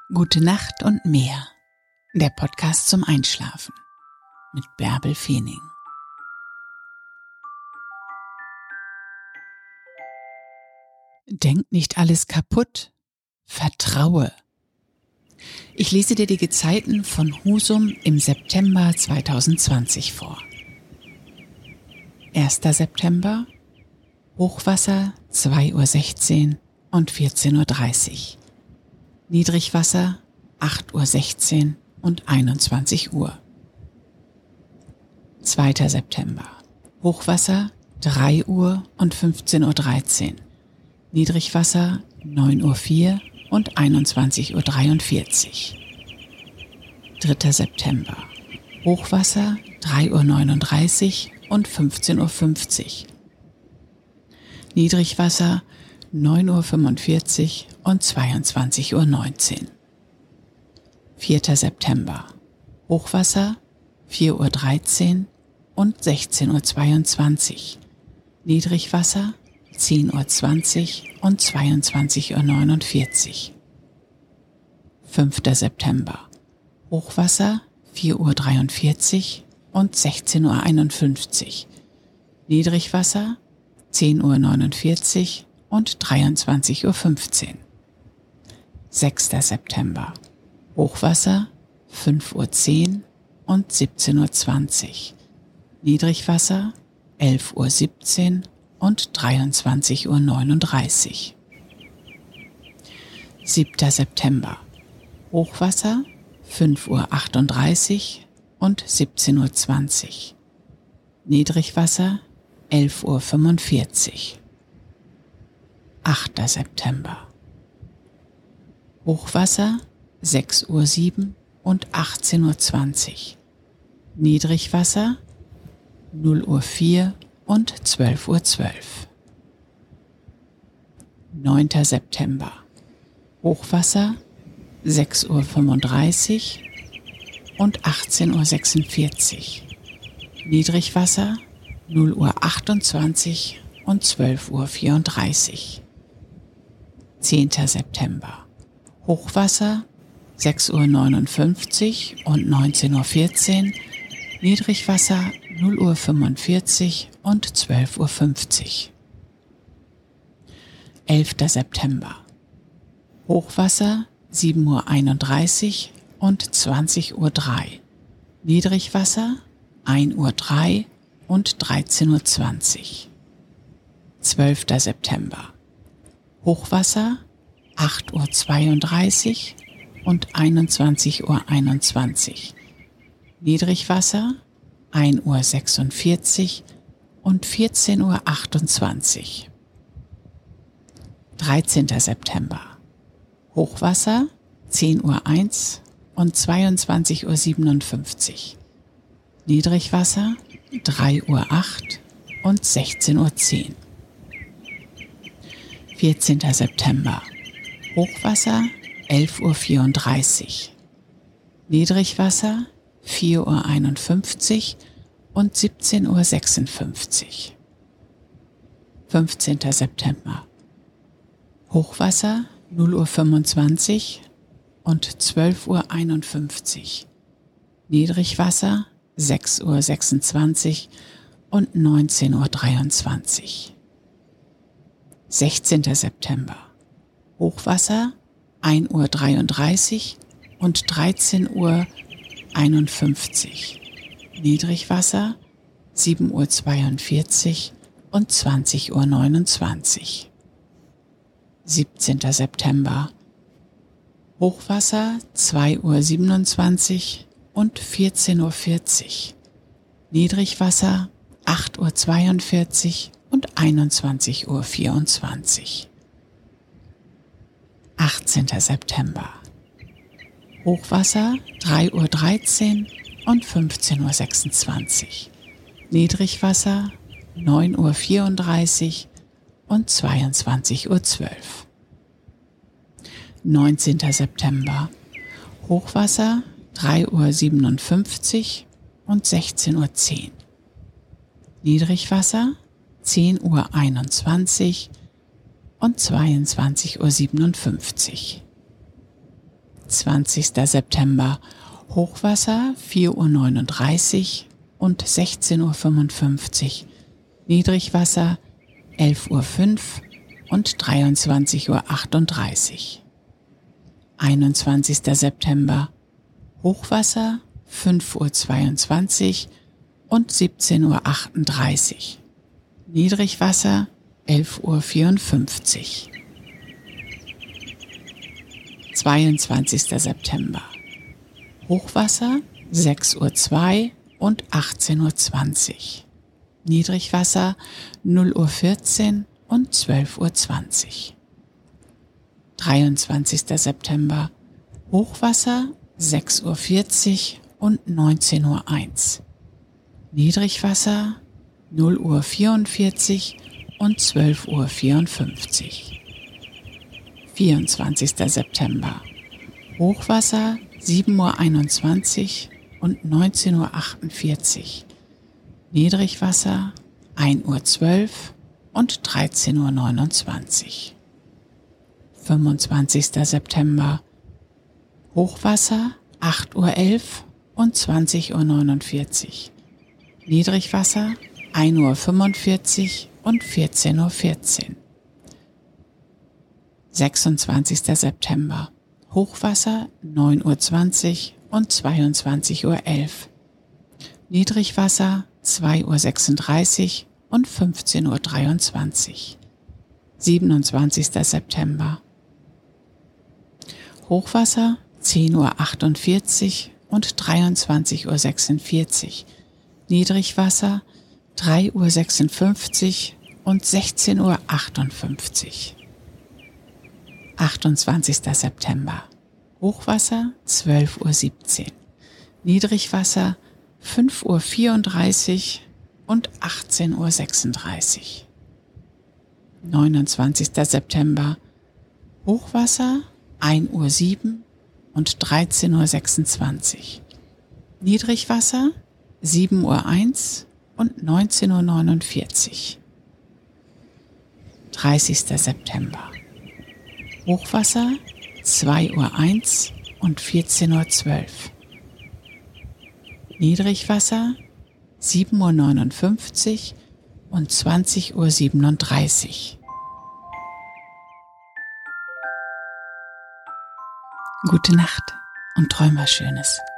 Gute Nacht und mehr. Der Podcast zum Einschlafen mit Bärbel Feening. Denk nicht alles kaputt. Vertraue. Ich lese dir die Gezeiten von Husum im September 2020 vor. 1. September, Hochwasser 2:16 Uhr und 14:30 Uhr. Niedrigwasser 8:16 Uhr und 21 Uhr. 2. September, Hochwasser 3 Uhr und 15:13 Uhr. Niedrigwasser 9:04 Uhr und 21:43 Uhr. 3. September, Hochwasser 3:39 Uhr und 15:50 Uhr. Niedrigwasser 9:45 Uhr und 22:19 Uhr. 4. September, Hochwasser 4:13 Uhr und 16:22 Uhr. Niedrigwasser 10:20 Uhr und 22:49 Uhr. 5. September, Hochwasser 4:43 Uhr und 16:51 Uhr. Niedrigwasser 10:49 Uhr und 23:15 Uhr. 6. September, Hochwasser 5:10 Uhr und 17:20 Uhr. Niedrigwasser 11:17 Uhr und 23:39 Uhr. 7. September, Hochwasser 5:38 Uhr und 17:20 Uhr. Niedrigwasser 11:45 Uhr. 8. September, Hochwasser 6:07 Uhr und 18:20 Uhr. Niedrigwasser 0:04 Uhr und 12:12 Uhr. 9. September, Hochwasser 6:35 Uhr und 18:46 Uhr. Niedrigwasser 0:28 Uhr und 12:34 Uhr. 10. September, Hochwasser 6:59 Uhr und 19:14 Uhr. Niedrigwasser 0:45 Uhr und 12:50 Uhr. 11. September, Hochwasser 7:31 Uhr und 20:03 Uhr. Niedrigwasser 1:03 Uhr und 13:20 Uhr. 12. September, Hochwasser 8:32 Uhr und 21:21 Uhr. Niedrigwasser 1:46 Uhr und 14:28 Uhr. 13. September, Hochwasser 10:01 Uhr und 22:57 Uhr. Niedrigwasser 3:08 Uhr und 16:10 Uhr. 14. September, Hochwasser 11:34 Uhr. Niedrigwasser 4:51 Uhr und 17:56 Uhr. 15. September, Hochwasser 0:25 Uhr und 12:51 Uhr. Niedrigwasser 6:26 Uhr und 19:23 Uhr. 16. September, Hochwasser 1:33 Uhr und 13:51 Uhr. Niedrigwasser 7:42 Uhr und 20:29 Uhr. 17. September, Hochwasser 2:27 Uhr und 14:40 Uhr. Niedrigwasser 8:42 Uhr und 21:24 Uhr. 18. September, Hochwasser 3:13 Uhr und 15:26 Uhr. Niedrigwasser 9:34 Uhr und 22:12 Uhr. 19. September, Hochwasser 3:57 Uhr und 16:10 Uhr. Niedrigwasser 10:21 Uhr und 22:57 Uhr. 20. September, Hochwasser 4:39 Uhr und 16:55 Uhr, Niedrigwasser 11:05 Uhr und 23:38 Uhr. 21. September, Hochwasser 5:22 Uhr und 17:38 Uhr, Niedrigwasser 11:54 Uhr. 22. September, Hochwasser 6:02 Uhr und 18:20 Uhr, Niedrigwasser 0:14 Uhr und 12:20 Uhr. 23. September, Hochwasser 6:40 Uhr und 19:01 Uhr, Niedrigwasser 0:44 Uhr und 12:54 Uhr. 24. September, Hochwasser 7:21 Uhr und 19:48 Uhr, Niedrigwasser 1:12 Uhr und 13:29 Uhr. 25. September, Hochwasser 8:11 Uhr und 20:49 Uhr, Niedrigwasser 1:45 Uhr und 14:14 Uhr. 26. September, Hochwasser 9:20 Uhr und 22:11 Uhr, Niedrigwasser 2:36 Uhr und 15:23 Uhr. 27. September, Hochwasser 10:48 Uhr und 23:46 Uhr, Niedrigwasser 3:56 Uhr und 16:58 Uhr. 28. September, Hochwasser 12:17 Uhr, Niedrigwasser 5:34 Uhr und 18:36 Uhr. 29. September, Hochwasser 1:07 Uhr und 13:26 Uhr, Niedrigwasser 7:01 Uhr und 19:49 Uhr. 30. September, Hochwasser 2:01 Uhr und 14:12 Uhr, Niedrigwasser 7:59 Uhr und 20:37 Uhr. Gute Nacht und träum was Schönes.